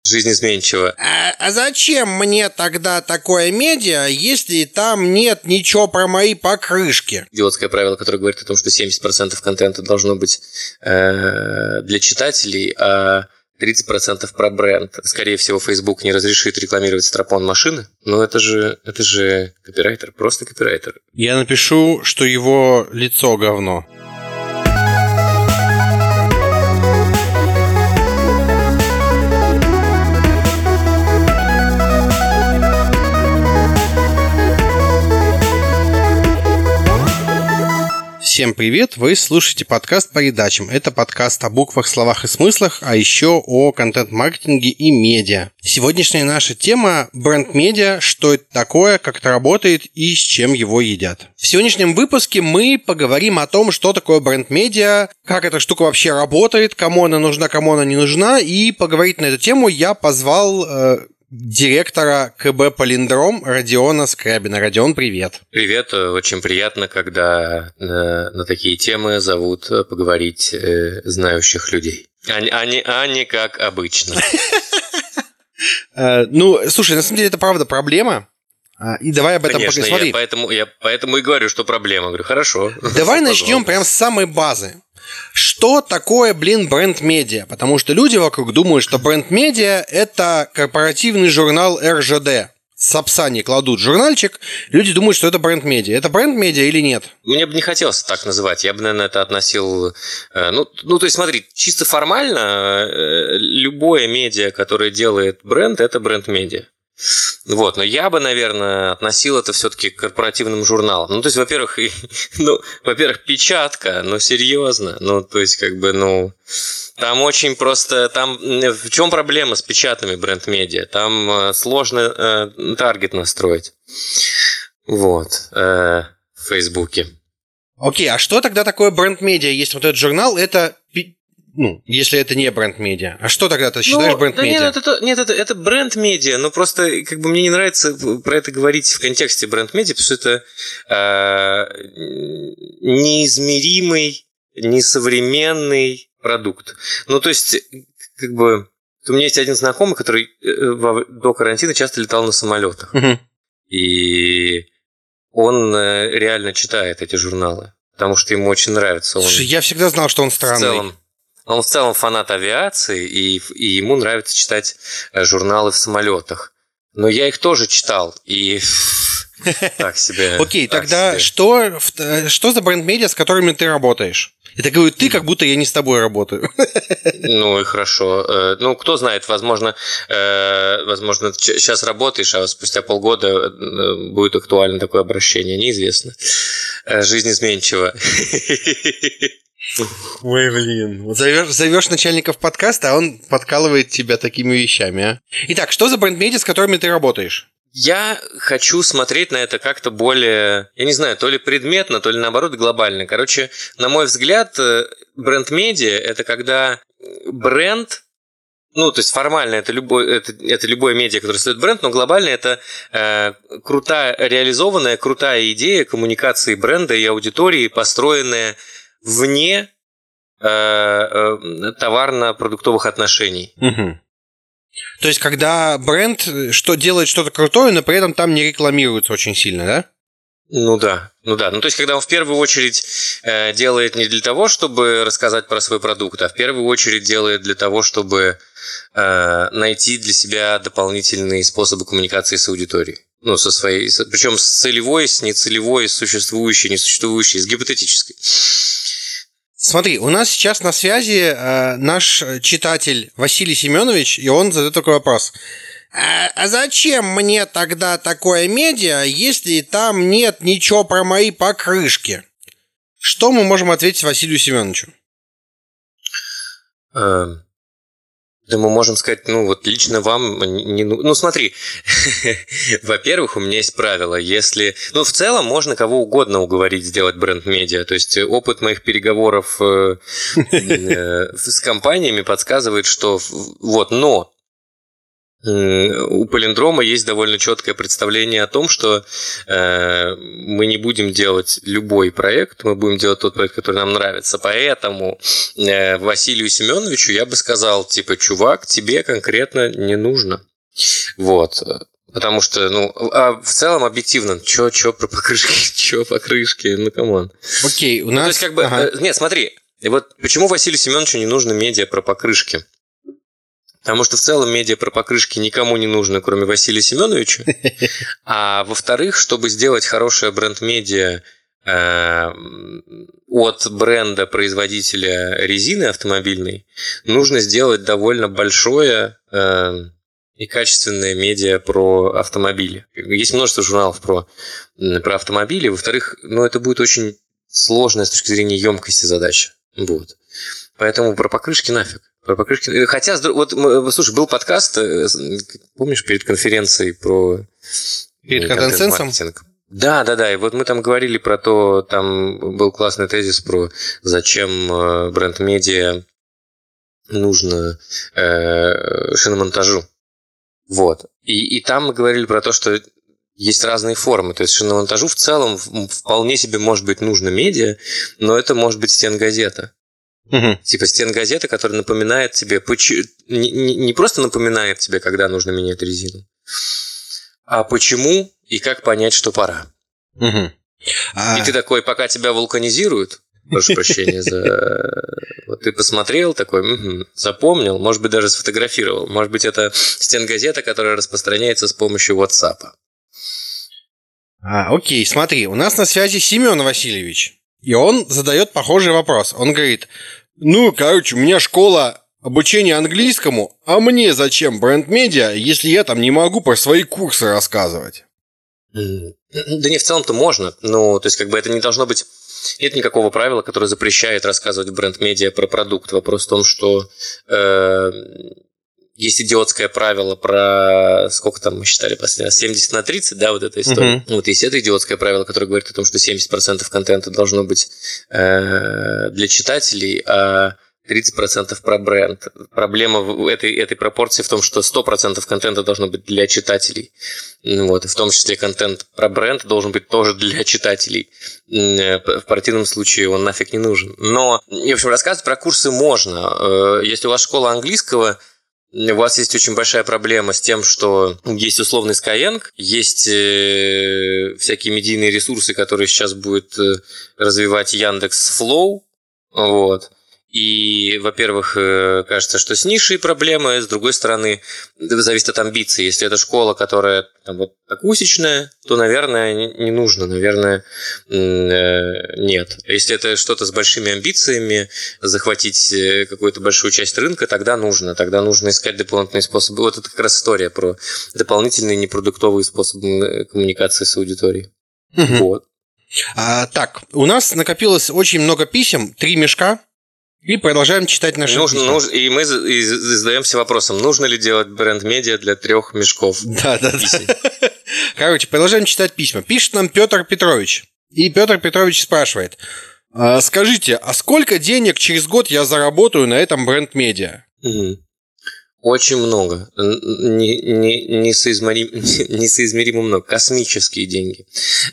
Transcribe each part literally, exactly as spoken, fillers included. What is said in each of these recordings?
Жизнь изменчива. А, а зачем мне тогда такое медиа, если там нет ничего про мои покрышки? Идиотское правило, которое говорит о том, что семьдесят процентов контента должно быть э, для читателей, а тридцать процентов про бренд. Скорее всего, Facebook не разрешит рекламировать стропон машины, но это же, это же копирайтер, просто копирайтер. Я напишу, что его лицо говно. Всем привет! Вы слушаете подкаст по передачам. Это подкаст о буквах, словах и смыслах, а еще о контент-маркетинге и медиа. Сегодняшняя наша тема – бренд-медиа, что это такое, как это работает и с чем его едят. В сегодняшнем выпуске мы поговорим о том, что такое бренд-медиа, как эта штука вообще работает, кому она нужна, кому она не нужна, и поговорить на эту тему я позвал... Э, директора КБ «Полиндром» Родиона Скрябина. Родион, привет. Привет, очень приятно, когда э, на такие темы зовут поговорить э, знающих людей. А, а, не, а не как обычно. Ну, слушай, на самом деле это правда проблема. И давай об этом поговорим. Конечно, я поэтому, я поэтому и говорю, что проблема. Говорю, хорошо. Давай начнем прямо с самой базы. Что такое, блин, бренд-медиа? Потому что люди вокруг думают, что бренд-медиа – это корпоративный журнал эр жэ дэ. С Сапсани кладут журнальчик, люди думают, что это бренд-медиа. Это бренд-медиа или нет? Мне бы не хотелось так называть. Я бы, наверное, это относил... Ну, ну то есть, смотри, чисто формально любое медиа, которое делает бренд, это бренд-медиа. Вот, но я бы, наверное, относил это все-таки к корпоративным журналам. Ну, то есть, во-первых, ну, во-первых, печатка, ну, серьезно, ну, то есть, как бы, ну, там очень просто, там, в чем проблема с печатными бренд-медиа? Там сложно э, таргет настроить, вот, э, в Фейсбуке. Окей, а что тогда такое бренд-медиа? Есть вот этот журнал, это... Ну, если это не бренд-медиа. А что тогда ты считаешь ну, бренд-медиа? Да нет, это, нет, это, это бренд-медиа, но просто как бы мне не нравится про это говорить в контексте бренд-медиа, потому что это э, неизмеримый, несовременный продукт. Ну, то есть, как бы, у меня есть один знакомый, который до карантина часто летал на самолетах. Угу. И он реально читает эти журналы, потому что ему очень нравится. Он Слушай, я всегда знал, что он странный. В целом, Он в целом фанат авиации, и, и ему нравится читать журналы в самолетах. Но я их тоже читал, и так себе. Окей, тогда что, что за бренд-медиа, с которыми ты работаешь? Это говорю ты, как будто я не с тобой работаю. Ну и хорошо. Ну, кто знает, возможно, возможно, сейчас работаешь, а спустя полгода будет актуально такое обращение. Неизвестно. Жизнь изменчива. Ой, блин. Вот зовешь, зовешь начальников подкаста, а он подкалывает тебя такими вещами, а? Итак, что за бренд-медиа, с которыми ты работаешь? Я хочу смотреть на это как-то более, я не знаю, то ли предметно, то ли наоборот глобально. Короче, на мой взгляд, бренд-медиа – это когда бренд, ну, то есть формально это любой, это, это любое медиа, которое создает бренд, но глобально это э, крутая, реализованная, крутая идея коммуникации бренда и аудитории, построенная вне э, э, товарно-продуктовых отношений. Угу. То есть, когда бренд что, делает что-то крутое, но при этом там не рекламируется очень сильно, да? Ну да, ну да. Ну то есть, когда он в первую очередь э, делает не для того, чтобы рассказать про свой продукт, а в первую очередь делает для того, чтобы э, найти для себя дополнительные способы коммуникации с аудиторией. Ну, со своей, причем с целевой, с нецелевой, с существующей, несуществующей, с гипотетической. Смотри, у нас сейчас на связи э, наш читатель Василий Семенович, и он задает такой вопрос. А, а зачем мне тогда такое медиа, если там нет ничего про мои покрышки? Что мы можем ответить Василию Семеновичу? Эм... Да мы можем сказать, ну вот лично вам не... Ну смотри, во-первых, у меня есть правило, если... Ну в целом можно кого угодно уговорить сделать бренд-медиа, то есть опыт моих переговоров с компаниями подсказывает, что вот, но у Палиндрома есть довольно четкое представление о том, что э, мы не будем делать любой проект, мы будем делать тот проект, который нам нравится. Поэтому э, Василию Семеновичу я бы сказал, типа, чувак, тебе конкретно не нужно. Вот. Потому что, ну, а в целом объективно, чё, чё про покрышки, чё покрышки, ну, камон. Окей, у нас... Ну, то есть, как бы, ага. Нет, смотри, вот почему Василию Семеновичу не нужно медиа про покрышки? Потому что в целом медиа про покрышки никому не нужно, кроме Василия Семеновича. А во-вторых, чтобы сделать хорошее бренд-медиа э, от бренда-производителя резины автомобильной, нужно сделать довольно большое э, и качественное медиа про автомобили. Есть множество журналов про, про автомобили. Во-вторых, ну, это будет очень сложная с точки зрения емкости задача. Вот. Поэтому про покрышки нафиг. Про покрышки. Хотя, вот, слушай, был подкаст, помнишь, перед конференцией про перед контент-сенсом? Да, да, да. И вот мы там говорили про то, там был классный тезис про зачем бренд-медиа нужно э, шиномонтажу. Вот. И, и там мы говорили про то, что есть разные формы. То есть шиномонтажу в целом вполне себе может быть нужно медиа, но это может быть стенгазета. Угу. Типа стенгазета, которая напоминает тебе, не, не просто напоминает тебе, когда нужно менять резину, а почему и как понять, что пора. Угу. А... И ты такой, пока тебя вулканизируют, прошу прощения за... Вот ты посмотрел такой, угу, запомнил, может быть, даже сфотографировал. Может быть, это стенгазета, которая распространяется с помощью WhatsApp. А, окей, смотри, у нас на связи Семен Васильевич. И он задает похожий вопрос. Он говорит, ну, короче, у меня школа обучения английскому, а мне зачем бренд-медиа, если я там не могу про свои курсы рассказывать? Да не, в целом-то можно. Ну, то есть, как бы это не должно быть... Нет никакого правила, которое запрещает рассказывать в бренд-медиа про продукт. Вопрос в том, что э, есть идиотское правило про... Сколько там мы считали последнее? семьдесят на тридцать, да, вот эта история. Uh-huh. Вот есть это идиотское правило, которое говорит о том, что семьдесят процентов контента должно быть э, для читателей, а тридцать процентов про бренд. Проблема этой, этой пропорции в том, что сто процентов контента должно быть для читателей. Вот, и в том числе контент про бренд должен быть тоже для читателей. В противном случае он нафиг не нужен. Но, в общем, рассказывать про курсы можно. Если у вас школа английского, у вас есть очень большая проблема с тем, что есть условный Skyeng, есть э, всякие медийные ресурсы, которые сейчас будет э, развивать Яндекс.Флоу. Вот. И, во-первых, э, кажется, что с нишей проблемы, с другой стороны, зависит от амбиций. Если это школа, которая там, вот, акустичная, то, наверное, не, не нужно, наверное, э, нет. Если это что-то с большими амбициями, захватить какую-то большую часть рынка, тогда нужно. Тогда нужно искать дополнительные способы. Вот это как раз история про дополнительные непродуктовые способы коммуникации с аудиторией. Угу. Вот. А, так, у нас накопилось очень много писем, три мешка. И продолжаем читать наши нужно, письма. Нужно, и мы и задаемся вопросом, нужно ли делать бренд-медиа для трех мешков. Да, да, да. Короче, продолжаем читать письма. Пишет нам Петр Петрович. И Петр Петрович спрашивает. Скажите, а сколько денег через год я заработаю на этом бренд-медиа? Угу. Очень много. Не, не, несоизмеримо, несоизмеримо много. Космические деньги.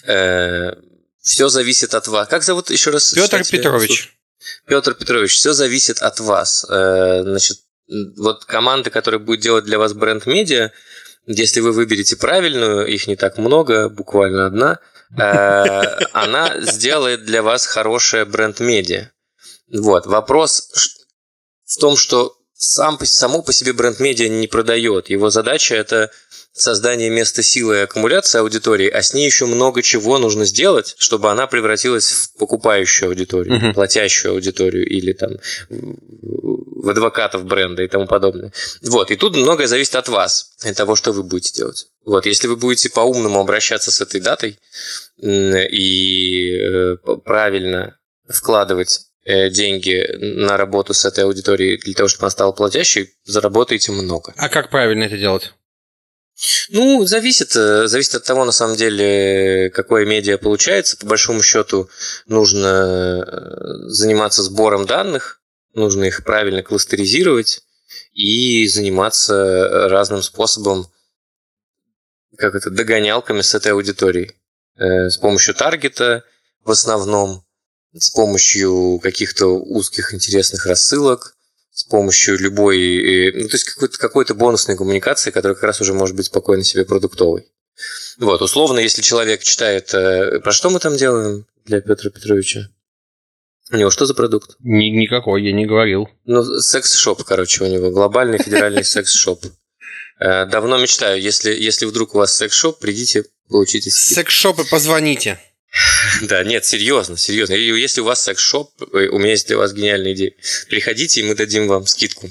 Все зависит от вас. Как зовут еще раз? Петр Петрович. Петр Петрович, все зависит от вас. Значит, вот команда, которая будет делать для вас бренд-медиа, если вы выберете правильную, их не так много, буквально одна, она сделает для вас хорошее бренд-медиа. Вот. Вопрос в том, что сам, само по себе бренд-медиа не продает. Его задача – это создание места силы и аккумуляции аудитории, а с ней еще много чего нужно сделать, чтобы она превратилась в покупающую аудиторию, uh-huh. платящую аудиторию или там в адвокатов бренда и тому подобное. Вот. И тут многое зависит от вас, от того, что вы будете делать. Вот. Если вы будете по-умному обращаться с этой датой и правильно вкладывать деньги на работу с этой аудиторией для того, чтобы она стала платящей, заработаете много. А как правильно это делать? Ну, зависит, зависит от того, на самом деле, какое медиа получается. По большому счету, нужно заниматься сбором данных, нужно их правильно кластеризировать, и заниматься разным способом, как это, догонялками с этой аудиторией. С помощью таргета в основном, с помощью каких-то узких интересных рассылок, с помощью любой, ну, то есть какой-то, какой-то бонусной коммуникации, которая как раз уже может быть спокойно себе продуктовой. Вот, условно, если человек читает... Про что мы там делаем для Петра Петровича? У него что за продукт? Ни, никакой, я не говорил. Ну, секс-шоп, короче, у него. Глобальный федеральный секс-шоп. Давно мечтаю. Если, если вдруг у вас секс-шоп, придите, получите скидку. Секс-шопы, позвоните. Да, нет, серьезно, серьезно. Если у вас секс-шоп, у меня есть для вас гениальная идея. Приходите, и мы дадим вам скидку.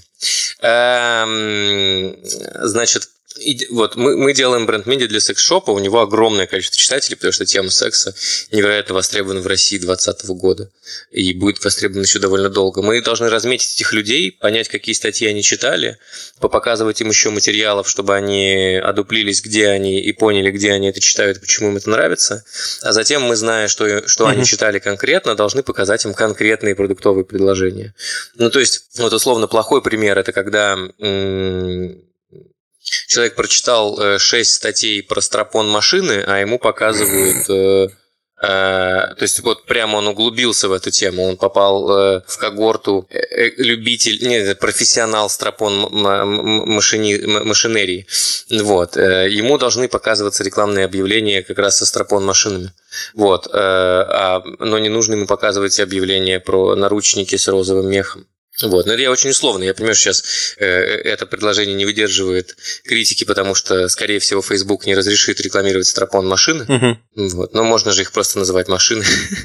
Значит, вот мы, мы делаем бренд-медиа для секс-шопа, у него огромное количество читателей, потому что тема секса невероятно востребована в России двадцатого года и будет востребована еще довольно долго. Мы должны разметить этих людей, понять, какие статьи они читали, показывать им еще материалов, чтобы они одуплились, где они, и поняли, где они это читают, почему им это нравится. А затем мы, зная, что, что mm-hmm. они читали конкретно, должны показать им конкретные продуктовые предложения. Ну, то есть, вот условно, плохой пример – это когда... М- Человек прочитал шесть статей про стропон машины, а ему показывают... Э, э, то есть вот прямо он углубился в эту тему, он попал э, в когорту э, любитель, нет, профессионал стропон машини, машинерии. Вот. Э, ему должны показываться рекламные объявления как раз со стропон машинами. Вот. Э, а, но не нужно ему показывать объявления про наручники с розовым мехом. Вот, но это я очень условно. Я понимаю, что сейчас э, это предложение не выдерживает критики, потому что, скорее всего, Facebook не разрешит рекламировать стропон машины. Угу. Вот, но можно же их просто называть машины.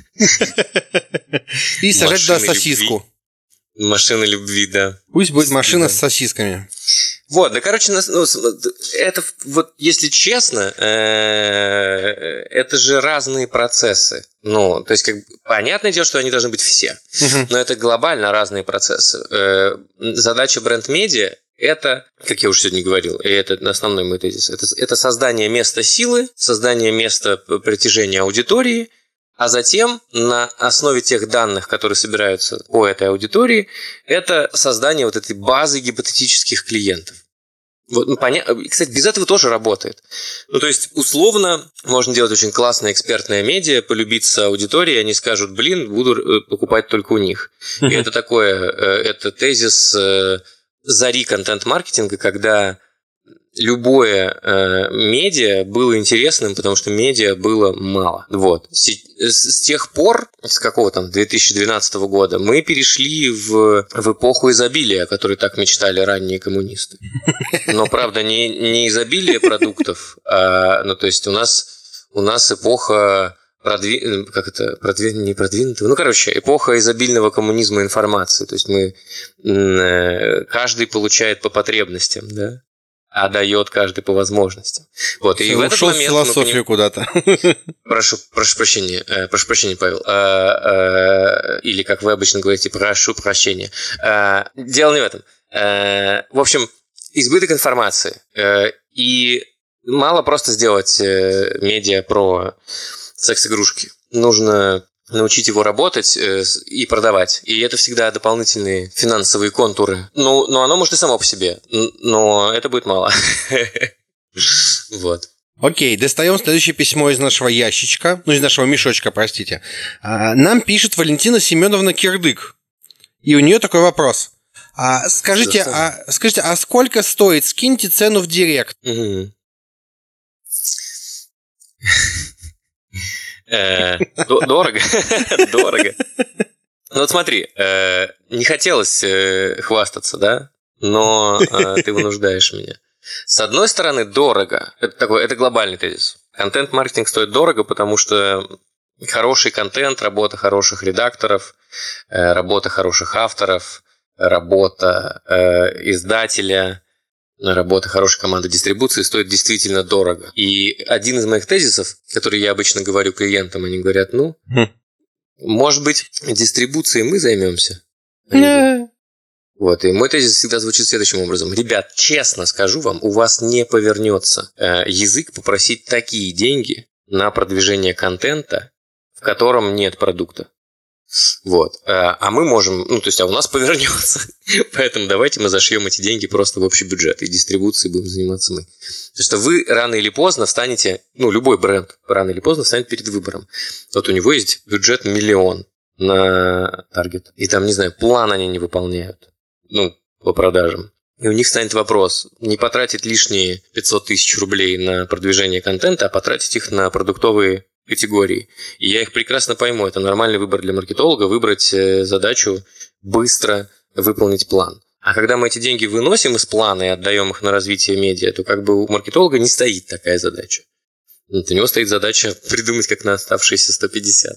И сажать туда сосиску. Машина любви, да. Пусть будет машина с сосисками. Вот, да, короче, ну, это вот, если честно, это же разные процессы. Ну, то есть, как понятное дело, что они должны быть все, uh-huh. но это глобально разные процессы. Задача бренд-медиа – это, как я уже сегодня говорил, и это основной мой тезис, это, это создание места силы, создание места притяжения аудитории, а затем на основе тех данных, которые собираются по этой аудитории, это создание вот этой базы гипотетических клиентов. Вот, ну, поня... Кстати, без этого тоже работает. Ну, то есть, условно, можно делать очень классное экспертное медиа, полюбиться аудитории, и они скажут, блин, буду покупать только у них. И это такое, это тезис зари контент-маркетинга, когда любое э, медиа было интересным, потому что медиа было мало. Вот. С, с тех пор, с какого там, две тысячи двенадцатого года, мы перешли в, в эпоху изобилия, о которой так мечтали ранние коммунисты. Но, правда, не, не изобилие продуктов, а, ну, то есть у нас, у нас эпоха продви... как это, продви... не продвинутого, ну, короче, эпоха изобильного коммунизма информации. То есть мы, э, каждый получает по потребностям, да? А дает каждый по возможностям. Вот. И в этот ушел момент в философию поним... куда-то. Прошу, прошу прощения, э, прошу прощения, Павел. Э, э, или, как вы обычно говорите, прошу прощения. Э, дело не в этом. Э, в общем, избыток информации. Э, и мало просто сделать э, медиа про секс-игрушки. Нужно научить его работать э, и продавать. И это всегда дополнительные финансовые контуры. Ну, но оно может и само по себе. Но это будет мало. Вот. Окей, достаем следующее письмо из нашего ящичка. Ну, из нашего мешочка, простите. Нам пишет Валентина Семеновна Кирдык. И у нее такой вопрос. А, скажите, а, скажите, а сколько стоит? Скиньте цену в директ. Угу. Дорого. Дорого. Ну вот смотри, не хотелось хвастаться, да? Но ты вынуждаешь меня. С одной стороны, дорого. Это такой, это глобальный тезис. Контент-маркетинг стоит дорого, потому что хороший контент, работа хороших редакторов, работа хороших авторов, работа издателя, работа хорошей команды дистрибуции стоит действительно дорого. И один из моих тезисов, который я обычно говорю клиентам, они говорят, ну, хм. может быть, дистрибуцией мы займемся. Yeah. Вот, и мой тезис всегда звучит следующим образом. Ребят, честно скажу вам, у вас не повернется э, язык попросить такие деньги на продвижение контента, в котором нет продукта. Вот. А мы можем, ну, то есть, а у нас повернется. Поэтому давайте мы зашьем эти деньги просто в общий бюджет, и дистрибуцией будем заниматься мы. Потому что вы рано или поздно станете, ну, любой бренд рано или поздно станет перед выбором. Вот у него есть бюджет миллион на таргет. И там, не знаю, план они не выполняют. Ну, по продажам. И у них станет вопрос, не потратить лишние пятьсот тысяч рублей на продвижение контента, а потратить их на продуктовые категории. И я их прекрасно пойму. Это нормальный выбор для маркетолога, выбрать задачу быстро выполнить план. А когда мы эти деньги выносим из плана и отдаем их на развитие медиа, то как бы у маркетолога не стоит такая задача. Вот у него стоит задача придумать, как на оставшиеся сто пятьдесят.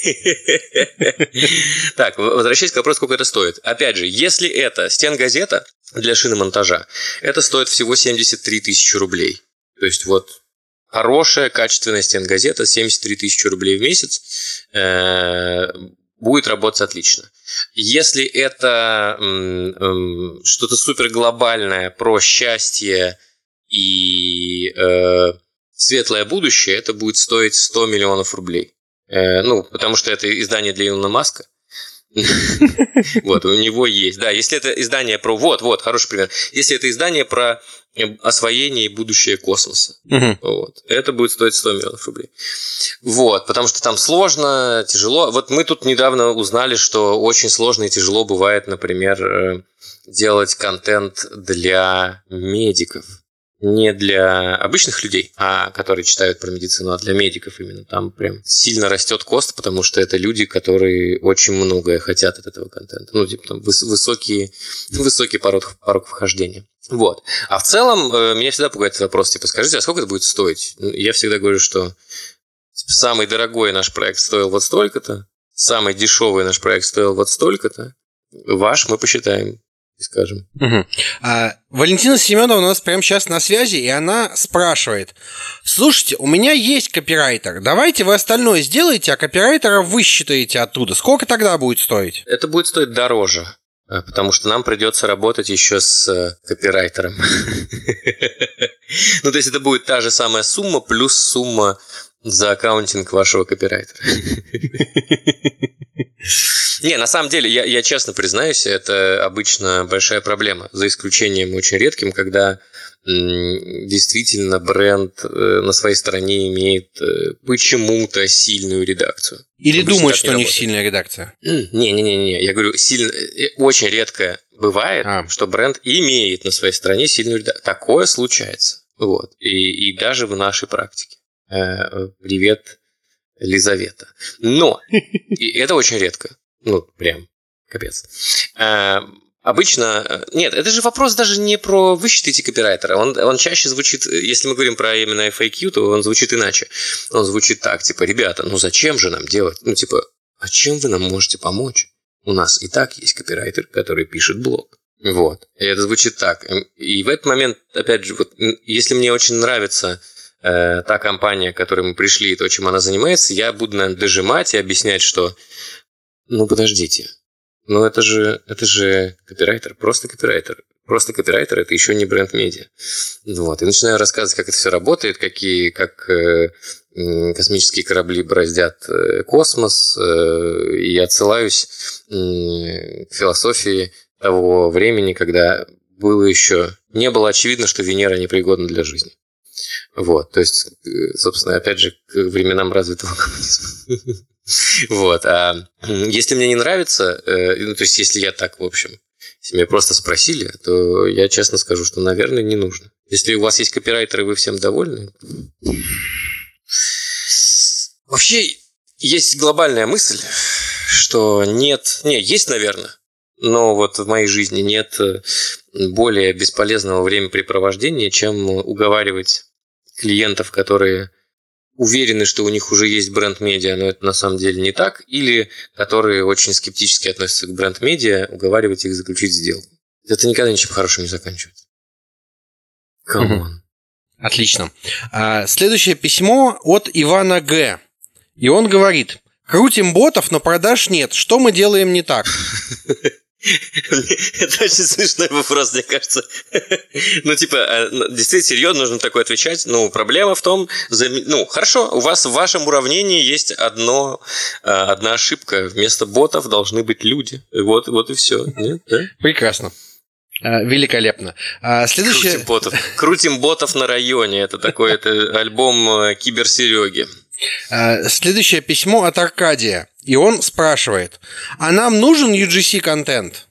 Так, возвращаясь к вопросу, сколько это стоит. Опять же, если это стенгазета для шиномонтажа, это стоит всего семьдесят три тысячи рублей. То есть вот хорошая, качественная стенгазета, семьдесят три тысячи рублей в месяц, э, будет работать отлично. Если это м, м, что-то супер глобальное про счастье и э, светлое будущее, это будет стоить сто миллионов рублей. Э, ну, потому что это издание для Илона Маска. Вот, у него есть. Да, если это издание про... Вот, вот, хороший пример. Если это издание про освоение и будущее космоса, uh-huh. вот, это будет стоить сто миллионов рублей. Вот, потому что там сложно, тяжело. Вот мы тут недавно узнали, что очень сложно и тяжело бывает, например, делать контент для медиков. Не для обычных людей, а которые читают про медицину, а для медиков именно. Там прям сильно растет кост, потому что это люди, которые очень многое хотят от этого контента. Ну, типа там высокий, высокий порог, порог вхождения. Вот. А в целом, меня всегда пугает вопрос, типа, скажите, а сколько это будет стоить? Я всегда говорю, что типа, самый дорогой наш проект стоил вот столько-то, самый дешевый наш проект стоил вот столько-то, ваш мы посчитаем. Скажем. Угу. А, Валентина Семенова у нас прямо сейчас на связи, и она спрашивает: слушайте, у меня есть копирайтер, давайте вы остальное сделаете, а копирайтера вы считаете оттуда. Сколько тогда будет стоить? Это будет стоить дороже, потому что нам придется работать еще с копирайтером. Ну, то есть это будет та же самая сумма плюс сумма за аккаунтинг вашего копирайтера. Не, на самом деле, я, я честно признаюсь, это обычно большая проблема, за исключением очень редким, когда м, действительно бренд э, на своей стороне имеет э, почему-то сильную редакцию. Или обычно думают, что у них сильная редакция. Не-не-не, я говорю, сильно, очень редко бывает, а. что бренд имеет на своей стороне сильную редакцию. Такое случается. Вот. И, и даже в нашей практике. Э, привет, Лизавета. Но и это очень редко. Ну, прям, капец. А, обычно... Нет, это же вопрос даже не про вы считаете копирайтера. Он, он чаще звучит... Если мы говорим про именно эф эй кью, то он звучит иначе. Он звучит так, типа, ребята, ну зачем же нам делать? Ну, типа, а чем вы нам можете помочь? У нас и так есть копирайтер, который пишет блог. Вот. И это звучит так. И в этот момент, опять же, вот, если мне очень нравится... та компания, к которой мы пришли, и то, чем она занимается, я буду, наверное, дожимать и объяснять, что ну, подождите, ну это же, это же копирайтер, просто копирайтер. Просто копирайтер – это еще не бренд-медиа. Вот. И начинаю рассказывать, как это все работает, какие, как э, космические корабли бороздят э, космос, э, и отсылаюсь э, к философии того времени, когда было еще, не было очевидно, что Венера непригодна для жизни. Вот, то есть, собственно, опять же, к временам развитого коммунизма. Вот, а если мне не нравится, ну, то есть, если я так, в общем, если меня просто спросили, то я честно скажу, что, наверное, не нужно. Если у вас есть копирайтер, и вы всем довольны... Вообще, есть глобальная мысль, что нет... Не, есть, наверное, но вот в моей жизни нет более бесполезного времяпрепровождения, чем уговаривать клиентов, которые уверены, что у них уже есть бренд-медиа, но это на самом деле не так, или которые очень скептически относятся к бренд-медиа, уговаривать их заключить сделку. Это никогда ничем хорошим не заканчивается. Камон. Отлично. Следующее письмо от Ивана Г. И он говорит: крутим ботов, но продаж нет. Что мы делаем не так? Это очень смешной вопрос, мне кажется. Ну, типа, действительно, серьезно нужно такое отвечать. Ну, проблема в том, ну, хорошо, у вас в вашем уравнении есть одно, одна ошибка. Вместо ботов должны быть люди. Вот, вот и все. Нет, да? Прекрасно. Великолепно. Следующее... Крутим ботов. Крутим ботов на районе. Это такой это альбом Киберсерёги. Следующее письмо от Аркадия. И он спрашивает: а нам нужен ю джи си-контент?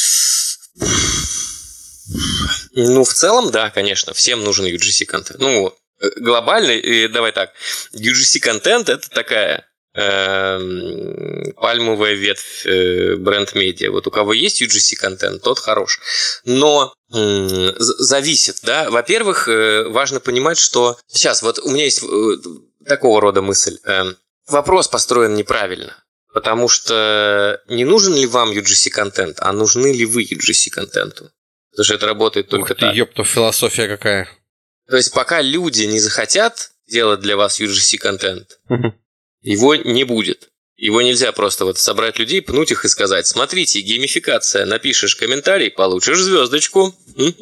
Ну, в целом, да, конечно. Всем нужен ю джи си-контент. Ну, глобальный, давай так. ю джи си-контент – это такая... пальмовая ветвь бренд-медиа. Вот у кого есть ю джи си-контент, тот хорош. Но м- зависит, да. Во-первых, важно понимать, что... Сейчас, вот у меня есть такого рода мысль. Вопрос построен неправильно. Потому что не нужен ли вам ю джи си-контент, а нужны ли вы ю джи си-контенту? Потому что это работает только Ух ты, так. ёпта, философия какая. То есть, пока люди не захотят делать для вас ю джи си-контент, его не будет. Его нельзя просто вот собрать людей, пнуть их и сказать: смотрите, геймификация, напишешь комментарий, получишь звездочку.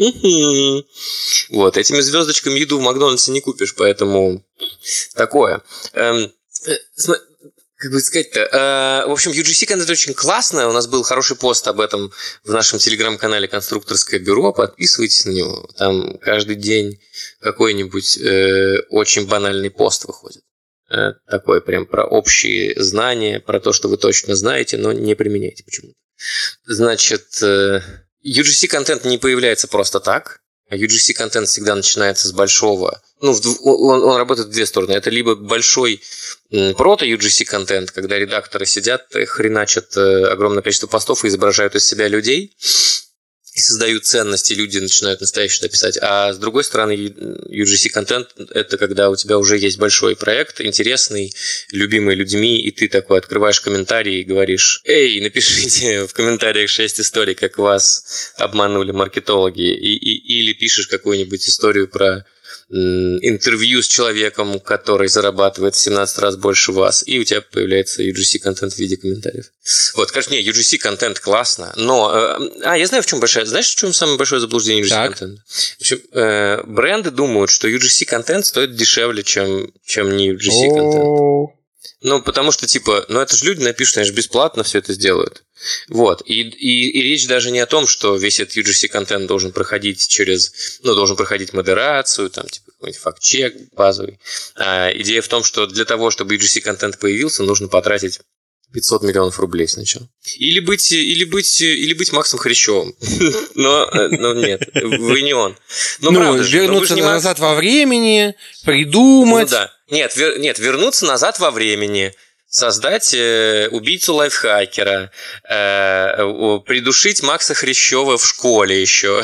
Вот, этими звездочками еду в Макдональдсе не купишь, поэтому такое. Эм, как бы сказать-то? Э, в общем, ю джи си-контент очень классно. У нас был хороший пост об этом в нашем телеграм-канале «Конструкторское бюро». Подписывайтесь на него. Там каждый день какой-нибудь э, очень банальный пост выходит. Такое прям про общие знания, про то, что вы точно знаете, но не применяете почему-то. Значит, ю джи си-контент не появляется просто так. ю джи си-контент всегда начинается с большого... Ну, он, он работает в две стороны. Это либо большой прото-ю джи си-контент, когда редакторы сидят, хреначат огромное количество постов и изображают из себя людей, и создают ценности, люди начинают настоящее писать. А с другой стороны, ю джи си-контент – это когда у тебя уже есть большой проект, интересный, любимый людьми, и ты такой открываешь комментарии и говоришь: эй, напишите в комментариях шесть историй, как вас обманули маркетологи, и, и, или пишешь какую-нибудь историю про интервью с человеком, который зарабатывает в семнадцать раз больше вас, и у тебя появляется ю джи си-контент в виде комментариев. Вот, конечно, не, ю джи си-контент классно, но... А, я знаю, в чем большая... Знаешь, в чем самое большое заблуждение ю джи си-контента? В общем, э, бренды думают, что ю джи си-контент стоит дешевле, чем, чем не ю джи си-контент. Ну, потому что, типа, ну это же люди напишут, они же бесплатно все это сделают. Вот. И, и, и речь даже не о том, что весь этот ю джи си-контент должен проходить через, ну, должен проходить модерацию, там, типа, какой-нибудь факт-чек базовый. А идея в том, что для того, чтобы ю джи си-контент появился, нужно потратить пятьсот миллионов рублей сначала. Или быть, или быть, или быть Максом Хрящевым. Но, но нет, вы не он. Но ну, правда же, вернуться не назад Макс... во времени, придумать. Ну да. Нет, вер... нет, вернуться назад во времени, создать э, убийцу лайфхакера, э, придушить Макса Хрящева в школе еще.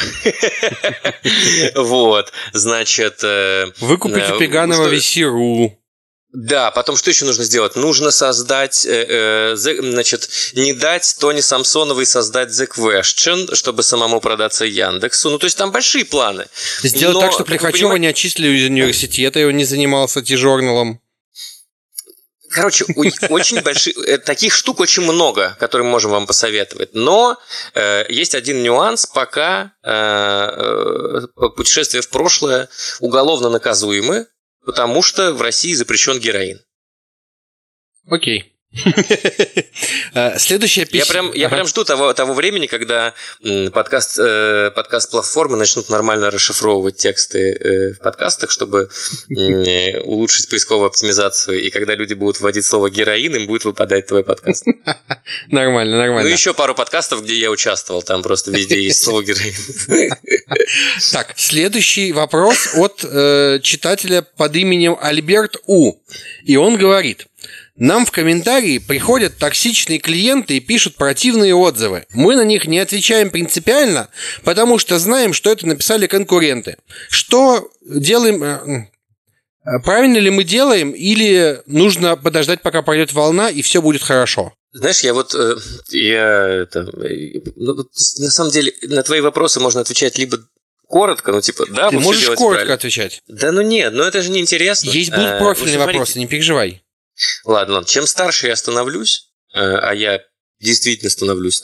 Вот, значит... Выкупить у Пеганова Весеру. Да, потом что еще нужно сделать? Нужно создать, э, э, значит, не дать Тони Самсоновой создать The Question, чтобы самому продаться Яндексу. Ну, то есть там большие планы. Сделать Но, так, чтобы Лихачева понимаете... не отчислили из университета, и он не занимался T-журналом. Короче, очень большие... Таких штук очень много, которые мы можем вам посоветовать. Но э, есть один нюанс. Пока э, путешествия в прошлое уголовно наказуемы, потому что в России запрещен героин. Окей. Следующее письмо. Я прям, я ага. прям жду того, того времени, когда подкаст, э, подкаст-платформы начнут нормально расшифровывать тексты э, в подкастах, чтобы э, улучшить поисковую оптимизацию. И когда люди будут вводить слово героин, им будет выпадать твой подкаст. Нормально, нормально. Ну, еще пару подкастов, где я участвовал. Там просто везде есть слово героин. Так, следующий вопрос от э, читателя под именем Альберт У. И он говорит: нам в комментарии приходят токсичные клиенты и пишут противные отзывы. Мы на них не отвечаем принципиально, потому что знаем, что это написали конкуренты. Что делаем? Правильно ли мы делаем, или нужно подождать, пока пройдет волна, и все будет хорошо? Знаешь, я вот, я это, ну, на самом деле, на твои вопросы можно отвечать либо коротко, ну типа, да, ты вы можешь все делаете коротко правильно. Отвечать. Да ну нет, ну это же неинтересно. Есть будут профильные а, вопросы, не переживай. Ладно, ладно, чем старше я становлюсь, а я действительно становлюсь старше,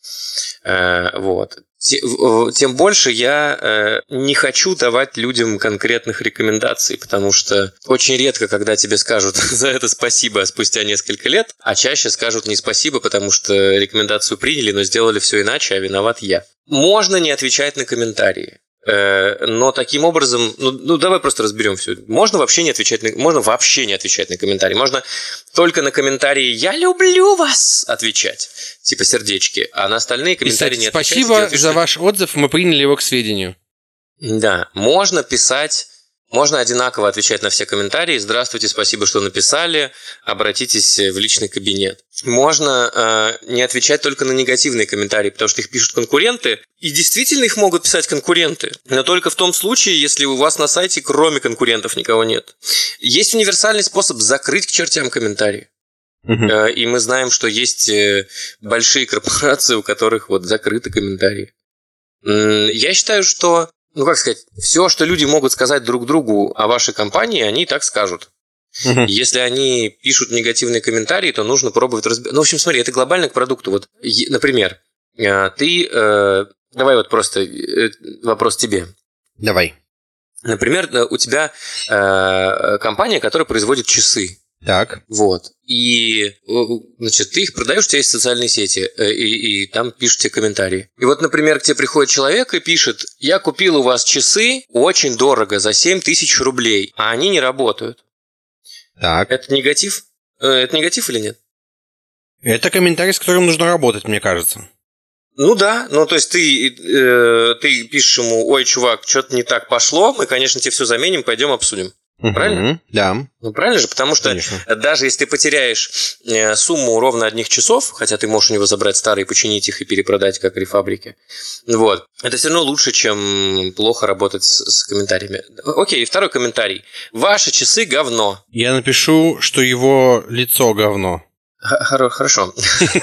Вот. Тем больше я не хочу давать людям конкретных рекомендаций, потому что очень редко, когда тебе скажут за это спасибо спустя несколько лет, а чаще скажут не спасибо, потому что рекомендацию приняли, но сделали все иначе, а виноват я. Можно не отвечать на комментарии. Но таким образом, ну, ну давай просто разберем все. Можно вообще не отвечать на, можно вообще не отвечать на комментарии. Можно только на комментарии «Я люблю вас» отвечать, типа сердечки, а на остальные комментарии писать, не отвечать. Спасибо делать, за что... ваш отзыв, мы приняли его к сведению. Да, можно писать. Можно одинаково отвечать на все комментарии. Здравствуйте, спасибо, что написали. Обратитесь в личный кабинет. Можно э, не отвечать только на негативные комментарии, потому что их пишут конкуренты. И действительно их могут писать конкуренты. Но только в том случае, если у вас на сайте кроме конкурентов никого нет. Есть универсальный способ закрыть к чертям комментарии. Uh-huh. Э, и мы знаем, что есть э, большие корпорации, у которых вот закрыты комментарии. М- я считаю, что Ну, как сказать, все, что люди могут сказать друг другу о вашей компании, они и так скажут. Uh-huh. Если они пишут негативные комментарии, то нужно пробовать разбирать. Ну, в общем, смотри, это глобально к продукту. Вот, например, ты... Давай вот просто вопрос тебе. Давай. Например, у тебя компания, которая производит часы. Так. Вот. И, значит, ты их продаешь, у тебя есть социальные сети, и, и там пишут тебе комментарии. И вот, например, к тебе приходит человек и пишет: я купил у вас часы очень дорого, за семь тысяч рублей, а они не работают. Так. Это негатив? Это негатив или нет? Это комментарий, с которым нужно работать, мне кажется. Ну да, ну то есть ты, э, ты пишешь ему: ой, чувак, что-то не так пошло, мы, конечно, тебе все заменим, пойдем обсудим. Правильно? Uh-huh, да. Ну, правильно же, потому что Конечно. Даже если ты потеряешь сумму ровно одних часов, хотя ты можешь у него забрать старые, починить их и перепродать как рефабрики, вот, это все равно лучше, чем плохо работать с, с комментариями. Окей, второй комментарий. Ваши часы говно. Я напишу, что его лицо говно. Хорошо.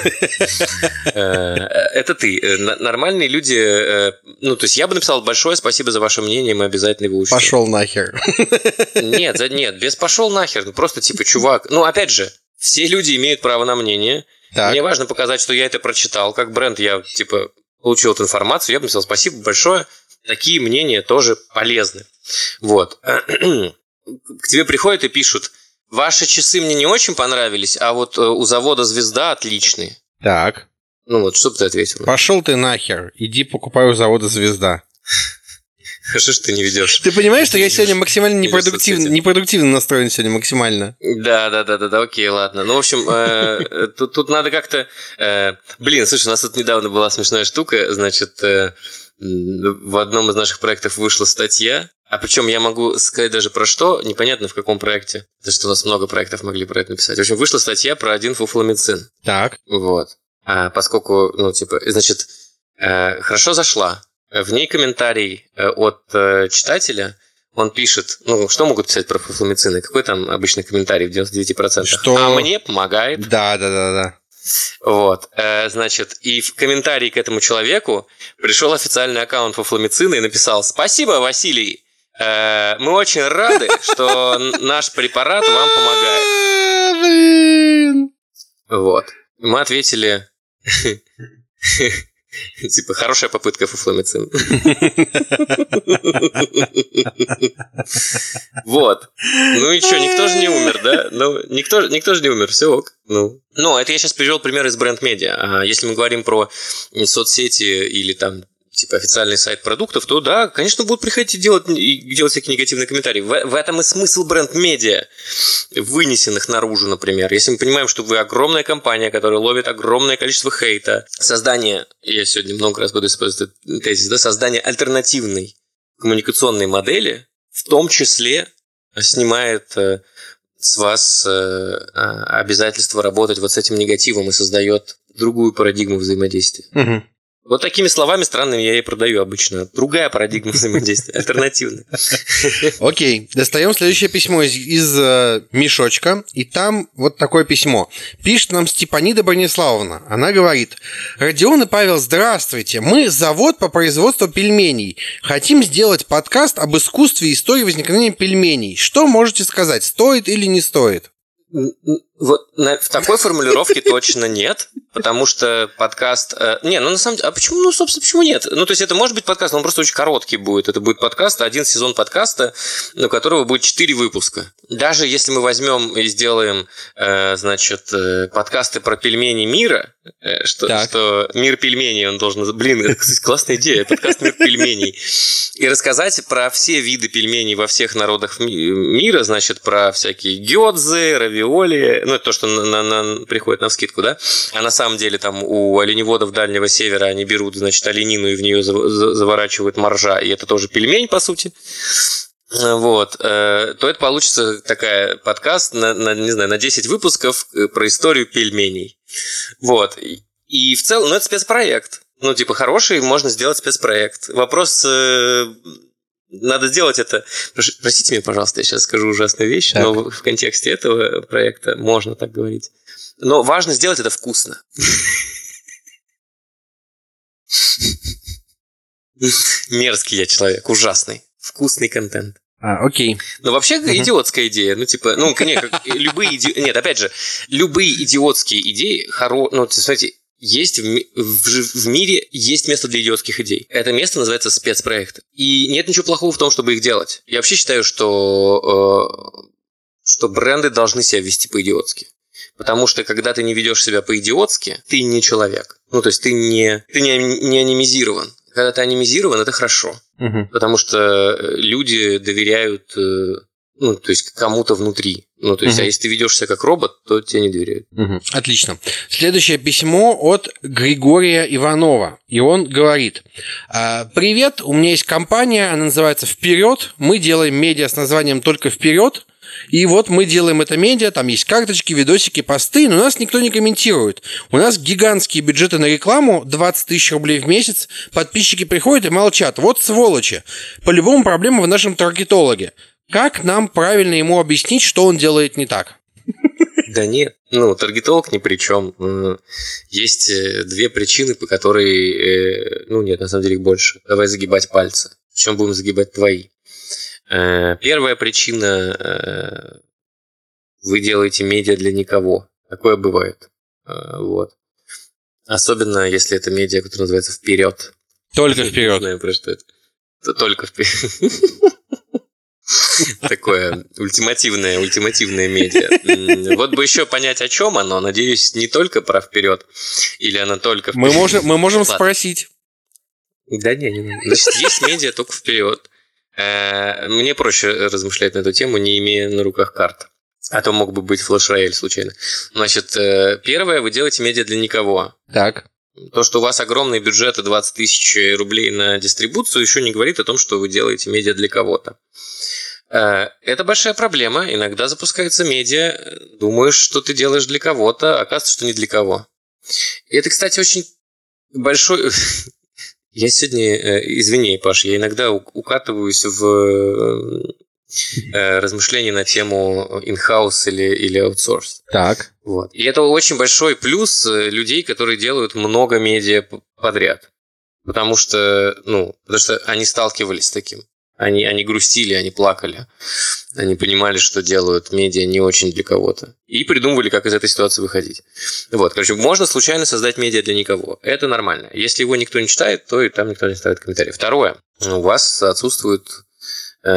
Это ты. Нормальные люди... Ну, то есть я бы написал: большое спасибо за ваше мнение, мы обязательно его учтем. Пошел нахер. Нет, нет, без пошел нахер. Просто типа, чувак... Ну, опять же, все люди имеют право на мнение. Так. Мне важно показать, что я это прочитал. Как бренд я, типа, получил эту информацию. Я бы написал: спасибо большое. Такие мнения тоже полезны. Вот. К тебе приходят и пишут: ваши часы мне не очень понравились, а вот у завода «Звезда» отличные. Так. Ну вот, что бы ты ответил? Пошел ты нахер, иди покупай у завода «Звезда». Хорошо, что ты не ведешь. Ты понимаешь, что я сегодня максимально непродуктивно, непродуктивно настроен сегодня максимально? Да, да, да, да, да, окей, ладно. Ну, в общем, э, тут, тут надо как-то... Э, блин, слушай, у нас тут недавно была смешная штука. Значит, э, в одном из наших проектов вышла статья. А причем я могу сказать даже про что, непонятно в каком проекте. Потому что у нас много проектов могли про это написать. В общем, вышла статья про один фуфломицин. Так. Вот. А поскольку, ну, типа, значит, э, хорошо зашла. В ней комментарий от э, читателя. Он пишет, ну, что могут писать про фуфломицины? Какой там обычный комментарий в девяносто девять процентов? Что... А мне помогает. Да, да, да, да. Вот, э, значит, и в комментарии к этому человеку пришел официальный аккаунт фуфломицина и написал: спасибо, Василий. Мы очень рады, что наш препарат вам помогает. Блин. Вот. Мы ответили: типа, хорошая попытка, фуфломицин. Вот. Ну и что, никто же не умер, да? Ну, никто, никто же не умер, все ок. Ну. Ну, это я сейчас привел пример из бренд-медиа. А если мы говорим про соцсети или там типа официальный сайт продуктов, то да, конечно, будут приходить и делать, и делать всякие негативные комментарии. В, в этом и смысл бренд-медиа, вынесенных наружу, например. Если мы понимаем, что вы огромная компания, которая ловит огромное количество хейта, создание, я сегодня много раз буду использовать этот тезис, да, создание альтернативной коммуникационной модели, в том числе снимает э, с вас э, обязательство работать вот с этим негативом и создает другую парадигму взаимодействия. Угу. Вот такими словами странными я и продаю обычно. Другая парадигма взаимодействия, альтернативная. Окей, достаем следующее письмо из, из э, мешочка, и там вот такое письмо. Пишет нам Степанида Брониславовна. Она говорит: Родион и Павел, здравствуйте. Мы завод по производству пельменей. Хотим сделать подкаст об искусстве и истории возникновения пельменей. Что можете сказать, стоит или не стоит? Вот в такой формулировке точно нет. потому что подкаст... Э, не, ну на самом деле... А почему, ну, собственно, почему нет? Ну, то есть это может быть подкаст, но он просто очень короткий будет. Это будет подкаст, один сезон подкаста, у которого будет четыре выпуска. Даже если мы возьмем и сделаем, э, значит, э, подкасты про пельмени мира, э, что, что мир пельменей, он должен... Блин, это, кстати, классная идея, подкаст «Мир пельменей». И рассказать про все виды пельменей во всех народах мира, значит, про всякие гёдзы, равиоли, ну, это то, что на, на, приходит навскидку, да? А на самом деле там у оленеводов Дальнего Севера они берут, значит, оленину и в нее заворачивают моржа, и это тоже пельмень, по сути. Вот, то это получится такая подкаст на, на, не знаю, на десять выпусков про историю пельменей. Вот. И в целом, ну, это спецпроект. Ну, типа, хороший, можно сделать спецпроект. Вопрос, надо сделать это... Простите меня, пожалуйста, я сейчас скажу ужасную вещь, так. Но в контексте этого проекта можно так говорить. Но важно сделать это вкусно. Мерзкий я человек, ужасный. Вкусный контент. А, окей. Ну, вообще, uh-huh. идиотская идея. Ну, типа, ну, нет, как, любые иди... Нет, опять же, любые идиотские идеи, хоро... ну, смотрите, есть в, в, в мире есть место для идиотских идей. Это место называется спецпроекты. И нет ничего плохого в том, чтобы их делать. Я вообще считаю, что, э, что бренды должны себя вести по-идиотски. Потому что, когда ты не ведешь себя по-идиотски, ты не человек. Ну, то есть, ты не, ты не, не анимизирован. Когда ты анимизирован, это хорошо. Угу. Потому что люди доверяют, ну, то есть, кому-то внутри. Ну, то есть, угу. а если ты ведешь себя как робот, то тебе не доверяют. Угу. Отлично. Следующее письмо от Григория Иванова. И он говорит: «Привет, у меня есть компания, она называется «Вперед». Мы делаем медиа с названием «Только вперед». И вот мы делаем это медиа, там есть карточки, видосики, посты, но нас никто не комментирует. У нас гигантские бюджеты на рекламу, двадцать тысяч рублей в месяц, подписчики приходят и молчат. Вот сволочи. По-любому проблема в нашем таргетологе. Как нам правильно ему объяснить, что он делает не так? Да нет, ну, таргетолог ни при чем. Есть две причины, по которой... Ну, нет, на самом деле их больше. Давай загибать пальцы. Причем будем загибать твои. Первая причина – вы делаете медиа для никого. Такое бывает. Вот. Особенно, если это медиа, которое называется «Вперед». Только вперед. Не знаю, про что это. Только вперед. Такое ультимативное, ультимативное медиа. Вот бы еще понять, о чем оно. Надеюсь, не только про вперед. Или оно только вперед. Мы можем, мы можем спросить. Да не, не надо. Значит, есть медиа только вперед. Мне проще размышлять на эту тему, не имея на руках карт. А то мог бы быть флеш-рояль случайно. Значит, первое, вы делаете медиа для никого. Так. То, что у вас огромные бюджеты, двадцать тысяч рублей на дистрибуцию, еще не говорит о том, что вы делаете медиа для кого-то. Это большая проблема. Иногда запускается медиа, думаешь, что ты делаешь для кого-то, а оказывается, что не для кого. И это, кстати, очень большой... Я сегодня, извини, Паш, я иногда укатываюсь в размышления на тему in-house или, или outsource. Так. Вот. И это очень большой плюс людей, которые делают много медиа подряд. Потому что, ну, потому что они сталкивались с таким. Они, они грустили, они плакали. Они понимали, что делают медиа не очень для кого-то. И придумывали, как из этой ситуации выходить. Вот, короче, можно случайно создать медиа для никого. Это нормально. Если его никто не читает, то и там никто не ставит комментариев. Второе. У вас отсутствует э,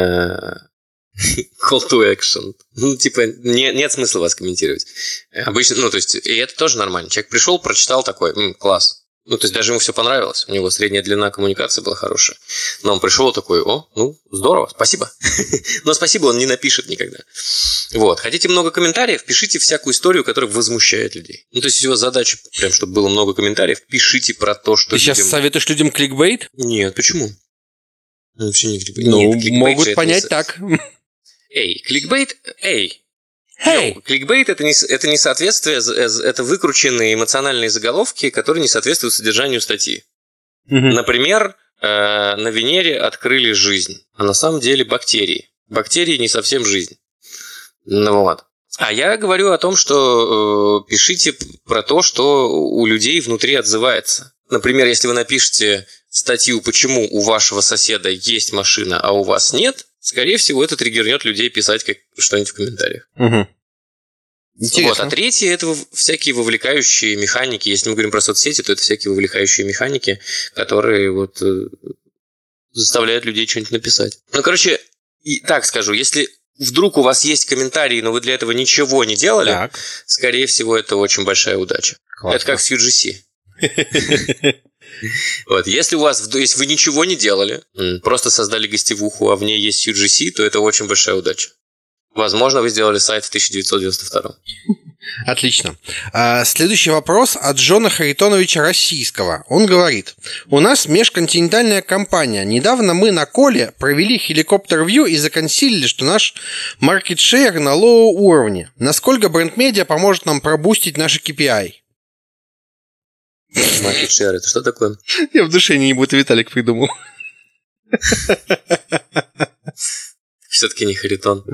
call to action. Ну, типа, не, нет смысла вас комментировать. Обычно, ну, то есть, и это тоже нормально. Человек пришел, прочитал такой, м, класс. Ну, то есть, даже ему все понравилось. У него средняя длина коммуникации была хорошая. Но он пришел такой, о, ну, здорово, спасибо. Но спасибо он не напишет никогда. Вот. Хотите много комментариев? Пишите всякую историю, которая возмущает людей. Ну, то есть, его задача, прям, чтобы было много комментариев, пишите про то, что... Ты людям... сейчас советуешь людям кликбейт? Нет, почему? Вообще не кликбейт. Ну, Нет, кликбейт могут понять не... так. Эй, кликбейт, эй. Hey. Кликбейт это не, это не соответствие, это выкрученные эмоциональные заголовки, которые не соответствуют содержанию статьи. Mm-hmm. Например, э, на Венере открыли жизнь, а на самом деле бактерии. Бактерии не совсем жизнь. Ну, вот. А я говорю о том, что э, пишите про то, что у людей внутри отзывается. Например, если вы напишете статью, почему у вашего соседа есть машина, а у вас нет, скорее всего, это триггернет людей писать как что-нибудь в комментариях. Угу. Интересно. Вот, а третье – это всякие вовлекающие механики. Если мы говорим про соцсети, то это всякие вовлекающие механики, которые вот заставляют людей что-нибудь написать. Ну, короче, и так скажу, если вдруг у вас есть комментарии, но вы для этого ничего не делали, так. скорее всего, это очень большая удача. Классно. Это как с ю джи си. Вот, если у вас, если вы ничего не делали, просто создали гостевуху, а в ней есть ю джи си, то это очень большая удача. Возможно, вы сделали сайт в тысяча девятьсот девяносто втором. Отлично. Следующий вопрос от Джона Харитоновича Российского. Он говорит: у нас межконтинентальная компания. Недавно мы на Коле провели хеликоптер-вью и законсилили, что наш маркет-шейр на лоу уровне. Насколько бренд-медиа поможет нам пробустить наши кей пи ай? Маркет-шейр, это что такое? Я в душе не буду, Виталик придумал. Все-таки не Харитон.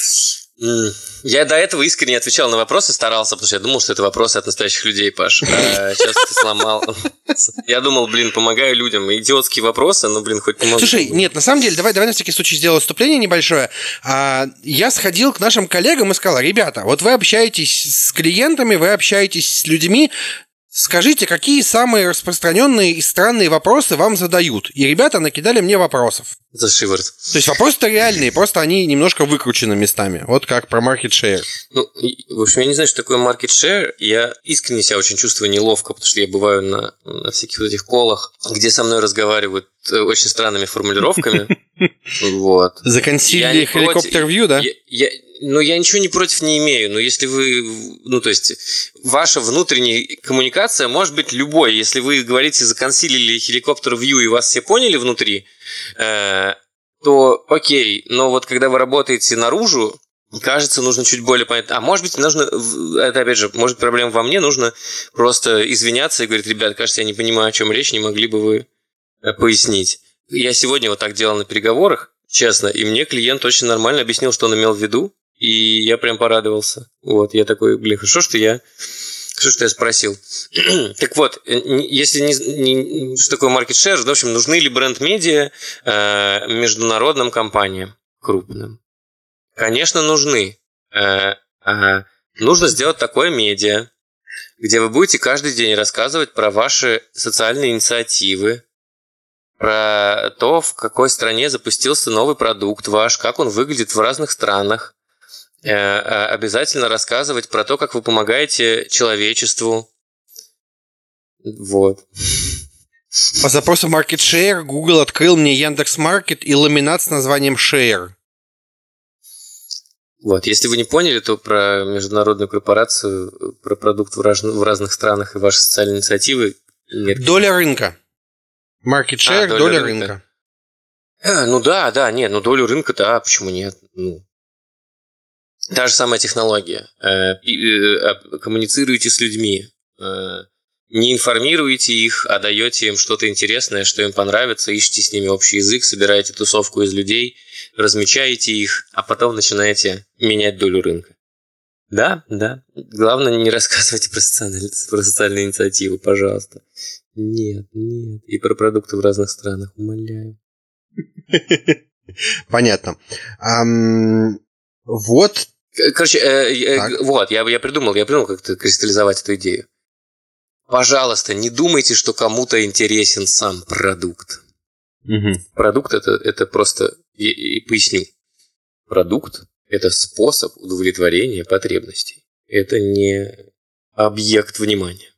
Я до этого искренне отвечал на вопросы, старался, потому что я думал, что это вопросы от настоящих людей, Паш. А сейчас ты сломал. Я думал, блин, помогаю людям. Идиотские вопросы, но, блин, хоть помогу. Слушай, нет, на самом деле, давай, давай на всякий случай сделаю вступление небольшое. Я сходил к нашим коллегам и сказал: ребята, вот вы общаетесь с клиентами, вы общаетесь с людьми, скажите, какие самые распространенные и странные вопросы вам задают? И ребята накидали мне вопросов. За шиворот. То есть вопросы-то реальные, просто они немножко выкручены местами. Вот как про market share. Ну, в общем, я не знаю, что такое market share. Я искренне себя очень чувствую неловко, потому что я бываю на, на всяких вот этих колах, где со мной разговаривают очень странными формулировками. Вот. Законсилили хеликоптер-вью, да? Ну, я ничего не против не имею, но если вы, ну, то есть, ваша внутренняя коммуникация может быть любой. Если вы говорите законсилили хеликоптер-вью и вас все поняли внутри, э, то окей, но вот когда вы работаете наружу, кажется, нужно чуть более понять. А может быть, нужно, это опять же, может проблема во мне, нужно просто извиняться и говорить: ребят, кажется, я не понимаю, о чем речь, не могли бы вы пояснить. Я сегодня вот так делал на переговорах, честно, и мне клиент очень нормально объяснил, что он имел в виду. И я прям порадовался. Вот, я такой, блин, хорошо, что я, хорошо, что я спросил. Так вот, если не, не что такое market share, в общем, нужны ли бренд-медиа э, международным компаниям крупным? Конечно, нужны. Э, э, нужно сделать такое медиа, где вы будете каждый день рассказывать про ваши социальные инициативы, про то, в какой стране запустился новый продукт ваш, как он выглядит в разных странах. Обязательно рассказывать про то, как вы помогаете человечеству. Вот. По запросу Market Share Google открыл мне Яндекс.Маркет и ламинат с названием Share. Вот. Если вы не поняли, то про международную корпорацию, про продукт в, раз... в разных странах и ваши социальные инициативы нет. Доля рынка. Market Share, а, доля, доля рынка. рынка. А, ну да, да, нет, ну долю рынка, да, почему нет? Ну. Та же самая технология. Коммуницируете с людьми. Не информируете их, а даете им что-то интересное, что им понравится, ищете с ними общий язык, собираете тусовку из людей, размечаете их, а потом начинаете менять долю рынка. Да, да. Главное, не рассказывайте про социальные, про социальные инициативы, пожалуйста. Нет, нет. И про продукты в разных странах, умоляю. Понятно. Вот. Короче, э, вот, я, я придумал, я придумал как-то кристаллизовать эту идею. Пожалуйста, не думайте, что кому-то интересен сам продукт. Угу. Продукт это, это просто, и, и поясню, продукт это способ удовлетворения потребностей. Это не объект внимания.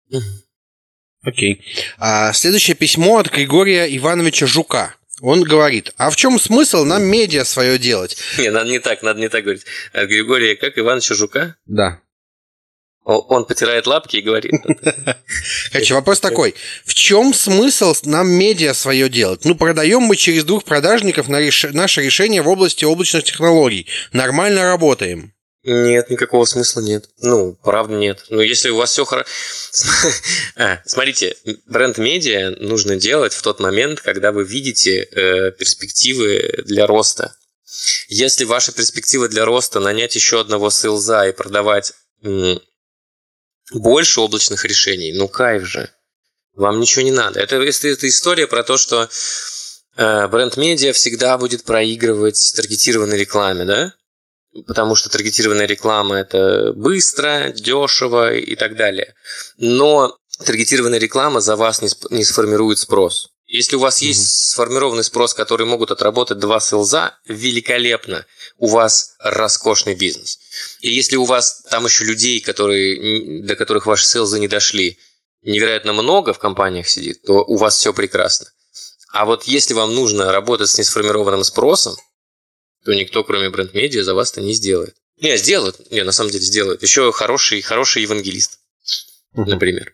Окей. А следующее письмо от Григория Ивановича Жука. Он говорит: а в чем смысл нам медиа свое делать? Не, надо не так, надо не так говорить. От Григория как? Ивановича Жука? Да. Он потирает лапки и говорит. Короче, вопрос такой. В чем смысл нам медиа свое делать? Ну, продаем мы через двух продажников на реш... наше решение в области облачных технологий. Нормально работаем. Нет, никакого смысла нет. Ну, правда нет. Ну, если у вас все хорошо... Смотрите, бренд-медиа нужно делать в тот момент, когда вы видите э, перспективы для роста. Если ваша перспектива для роста нанять еще одного сейлза и продавать м- больше облачных решений, ну кайф же. Вам ничего не надо. Это, это, это история про то, что э, бренд-медиа всегда будет проигрывать таргетированной рекламе, да? потому что таргетированная реклама – это быстро, дешево и так далее. Но таргетированная реклама за вас не, сп- не сформирует спрос. Если у вас mm-hmm. есть сформированный спрос, который могут отработать два селза, великолепно, у вас роскошный бизнес. И если у вас там еще людей, которые, до которых ваши селзы не дошли, невероятно много в компаниях сидит, то у вас все прекрасно. А вот если вам нужно работать с несформированным спросом, то никто, кроме бренд-медиа, за вас это не сделает. Не, сделают. Не, на самом деле сделают. Еще хороший, хороший евангелист, mm-hmm. например.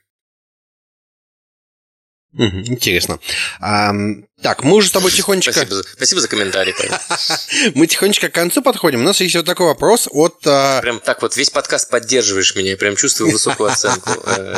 Интересно. А, так, мы уже с тобой тихонечко... Спасибо, спасибо за комментарий, Павел. Мы тихонечко к концу подходим. У нас есть вот такой вопрос от... Прям так вот весь подкаст поддерживаешь меня. Я прям чувствую высокую оценку.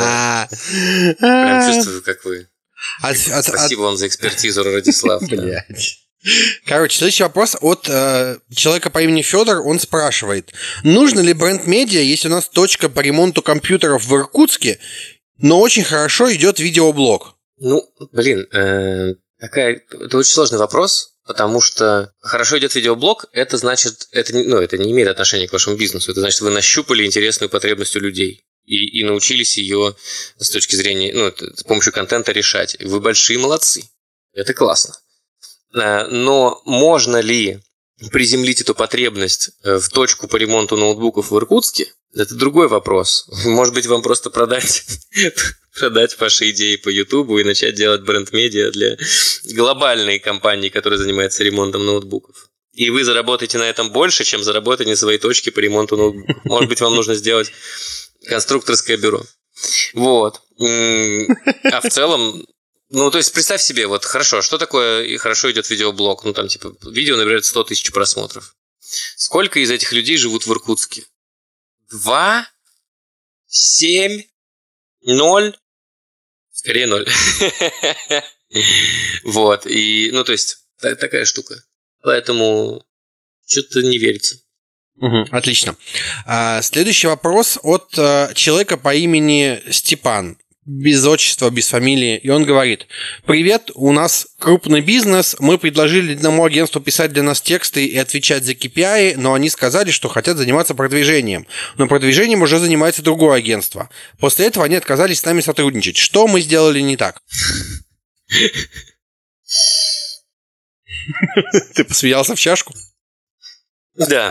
Прям чувствую, как вы... Спасибо вам за экспертизу, Радислав. Блядь. Короче, следующий вопрос от человека по имени Федор. Он спрашивает, нужно ли бренд-медиа, если у нас точка по ремонту компьютеров в Иркутске, но очень хорошо идет видеоблог? Ну, блин, э, такая, это очень сложный вопрос, потому что хорошо идет видеоблог, это значит, это, ну, это не имеет отношения к вашему бизнесу, это значит, вы нащупали интересную потребность у людей и, и научились ее с точки зрения, ну, с помощью контента решать. Вы большие молодцы, это классно. Но можно ли приземлить эту потребность в точку по ремонту ноутбуков в Иркутске? Это другой вопрос. Может быть, вам просто продать... продать ваши идеи по Ютубу и начать делать бренд-медиа для глобальной компании, которая занимается ремонтом ноутбуков. И вы заработаете на этом больше, чем заработаете на своей точке по ремонту ноутбуков. Может быть, вам нужно сделать конструкторское бюро. Вот. А в целом, ну, то есть, представь себе, вот, хорошо, что такое и хорошо идет видеоблог? Ну, там, типа, видео набирает сто тысяч просмотров. Сколько из этих людей живут в Иркутске? Два? Семь? Ноль? Скорее ноль. Вот. И, ну, то есть, такая штука. Поэтому что-то не верится. Угу, отлично. А, следующий вопрос от а, человека по имени Степан. Без отчества, без фамилии. И он говорит: привет, у нас крупный бизнес. Мы предложили одному агентству писать для нас тексты и отвечать за кей пи ай, но они сказали, что хотят заниматься продвижением. Но продвижением уже занимается другое агентство. После этого они отказались с нами сотрудничать. Что мы сделали не так? Ты посмеялся в чашку? Да.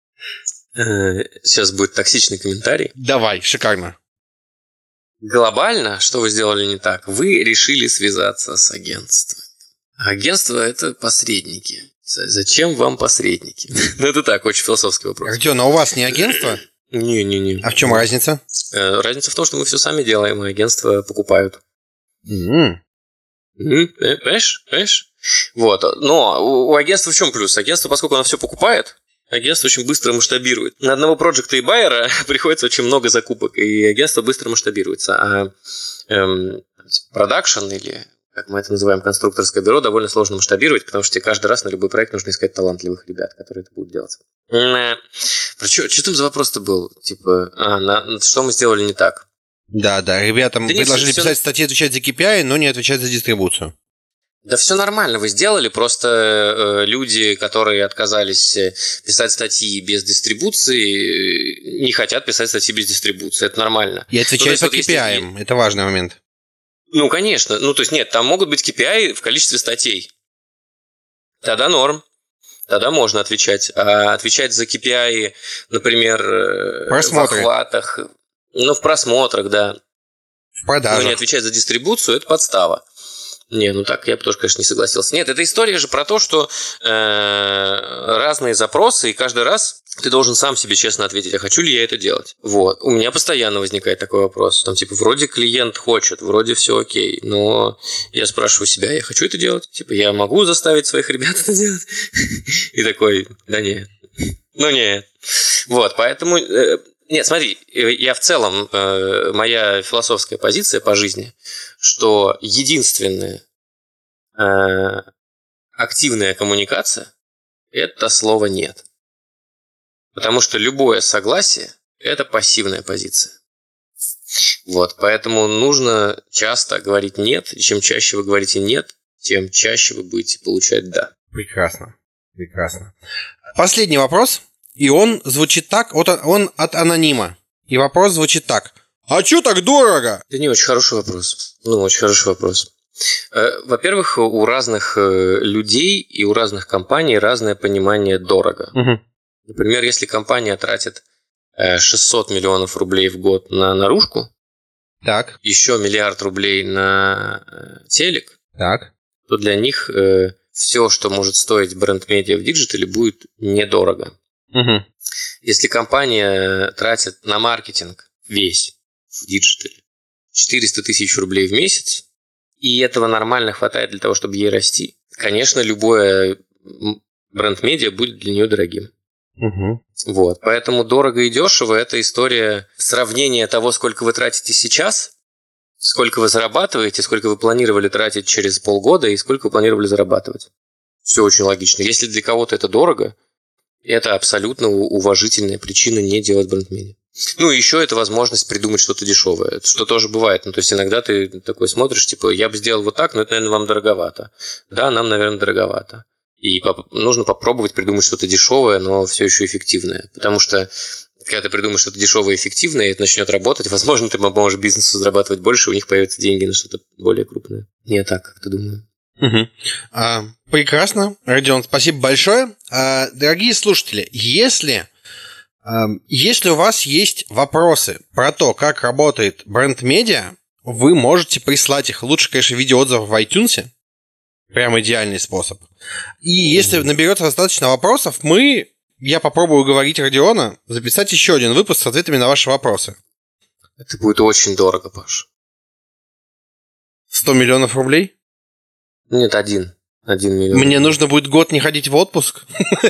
Сейчас будет токсичный комментарий. Давай, шикарно. Глобально, что вы сделали не так? Вы решили связаться с агентством. Агентство – это посредники. Зачем вам посредники? Ну, это так, очень философский вопрос. А где, но у вас не агентство? Не-не-не. А в чем разница? Разница в том, что мы все сами делаем, и агентства покупают. Mm. Mm, понимаешь? Понимаешь? Вот. Но у агентства в чем плюс? Агентство, поскольку оно все покупает, агентство очень быстро масштабирует. На одного проекта и байера приходится очень много закупок, и агентство быстро масштабируется. А эм, продакшн, или, как мы это называем, конструкторское бюро, довольно сложно масштабировать, потому что тебе каждый раз на любой проект нужно искать талантливых ребят, которые это будут делать. Про что, что там за вопрос-то был? Типа, а, на, что мы сделали не так? Да, да, ребятам да предложили нет, писать все... статьи, отвечать за кей пи ай, но не отвечать за дистрибуцию. Да все нормально вы сделали, просто э, люди, которые отказались писать статьи без дистрибуции, не хотят писать статьи без дистрибуции, это нормально. И отвечать ну, по вот, кей пи ай, если... это важный момент. Ну, конечно, ну, то есть нет, там могут быть кей пи ай в количестве статей. Тогда норм, тогда можно отвечать. А отвечать за кей пи ай, например, Просмотры. в охватах, ну, в просмотрах, да. В продажах. Но не отвечать за дистрибуцию – это подстава. Не, ну так я бы тоже, конечно, не согласился. Нет, эта история же про то, что э, разные запросы, и каждый раз ты должен сам себе честно ответить, а хочу ли я это делать. Вот. У меня постоянно возникает такой вопрос. Там, типа, вроде клиент хочет, вроде все окей, но я спрашиваю себя, я хочу это делать? Типа, я могу заставить своих ребят это делать? И такой, да нет. Ну нет. Вот, поэтому... Нет, смотри, я в целом, моя философская позиция по жизни, что единственная э, активная коммуникация – это слово «нет». Потому что любое согласие – это пассивная позиция. Вот, поэтому нужно часто говорить «нет», и чем чаще вы говорите «нет», тем чаще вы будете получать «да». Прекрасно, прекрасно. Последний вопрос и он звучит так, вот он от анонима. И вопрос звучит так. А чё так дорого? Это не очень хороший вопрос. Ну, очень хороший вопрос. Во-первых, у разных людей и у разных компаний разное понимание дорого. Угу. Например, если компания тратит шестьсот миллионов рублей в год на наружку, так. еще миллиард рублей на телек, так. то для них все, что может стоить бренд-медиа в диджитале, будет недорого. Угу. Если компания тратит на маркетинг весь в диджитале четыреста тысяч рублей в месяц, и этого нормально хватает для того, чтобы ей расти, конечно, любое бренд-медиа будет для нее дорогим. Угу. Вот. Поэтому дорого и дешево – это история сравнения того, сколько вы тратите сейчас, сколько вы зарабатываете, сколько вы планировали тратить через полгода и сколько вы планировали зарабатывать. Все очень логично. Если для кого-то это дорого, это абсолютно уважительная причина не делать бренд-медиа. Ну, и еще это возможность придумать что-то дешевое, что тоже бывает. Ну, то есть иногда ты такой смотришь, типа, я бы сделал вот так, но это, наверное, вам дороговато. Да, нам, наверное, дороговато. И поп- нужно попробовать придумать что-то дешевое, но все еще эффективное. Потому что, когда ты придумаешь что-то дешевое и эффективное, и это начнет работать, возможно, ты поможешь бизнесу зарабатывать больше, у них появятся деньги на что-то более крупное. Не так, как ты думаешь. Угу. А, прекрасно, Родион, спасибо большое. А, дорогие слушатели, если, а, если у вас есть вопросы про то, как работает бренд-медиа, вы можете прислать их. Лучше, конечно, видеоотзывы в iTunes. Прям идеальный способ. И если наберется достаточно вопросов, мы, я попробую уговорить Родиона записать еще один выпуск с ответами на ваши вопросы. Это будет очень дорого, Паш. сто миллионов рублей? Нет, один. Один миллион. Мне нужно будет год не ходить в отпуск.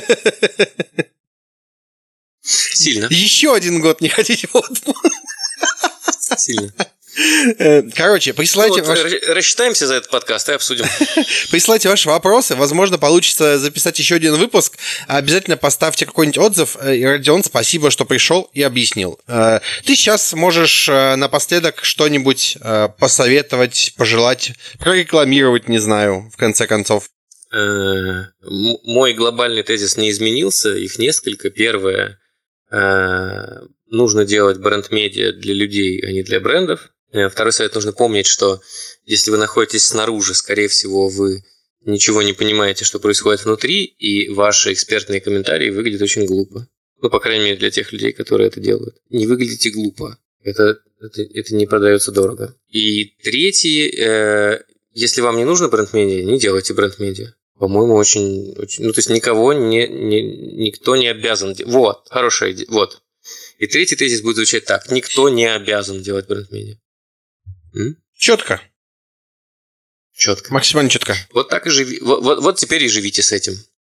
Сильно. Еще один год не ходить в отпуск. Сильно. Короче, присылайте... Ну, вот, ваш... Рассчитаемся за этот подкаст и обсудим. Присылайте ваши вопросы. Возможно, получится записать еще один выпуск. Обязательно поставьте какой-нибудь отзыв. И, Родион, спасибо, что пришел и объяснил. Ты сейчас можешь напоследок что-нибудь посоветовать, пожелать, прорекламировать, не знаю, в конце концов. Мой глобальный тезис не изменился. Их несколько. Первое. Нужно делать бренд-медиа для людей, а не для брендов. Второй совет: нужно помнить, что если вы находитесь снаружи, скорее всего, вы ничего не понимаете, что происходит внутри, и ваши экспертные комментарии выглядят очень глупо. Ну, по крайней мере, для тех людей, которые это делают. Не выглядите глупо. Это, это, это не продается дорого. И третий, э, если вам не нужно бренд-медиа, не делайте бренд-медиа. По-моему, очень, очень... Ну, то есть никого не, не... Никто не обязан... Вот, хорошая идея. Вот. И третий тезис будет звучать так. Никто не обязан делать бренд-медиа. М? Четко. Четко. Максимально четко. Вот так и живи. Вот, вот, вот теперь и живите с этим.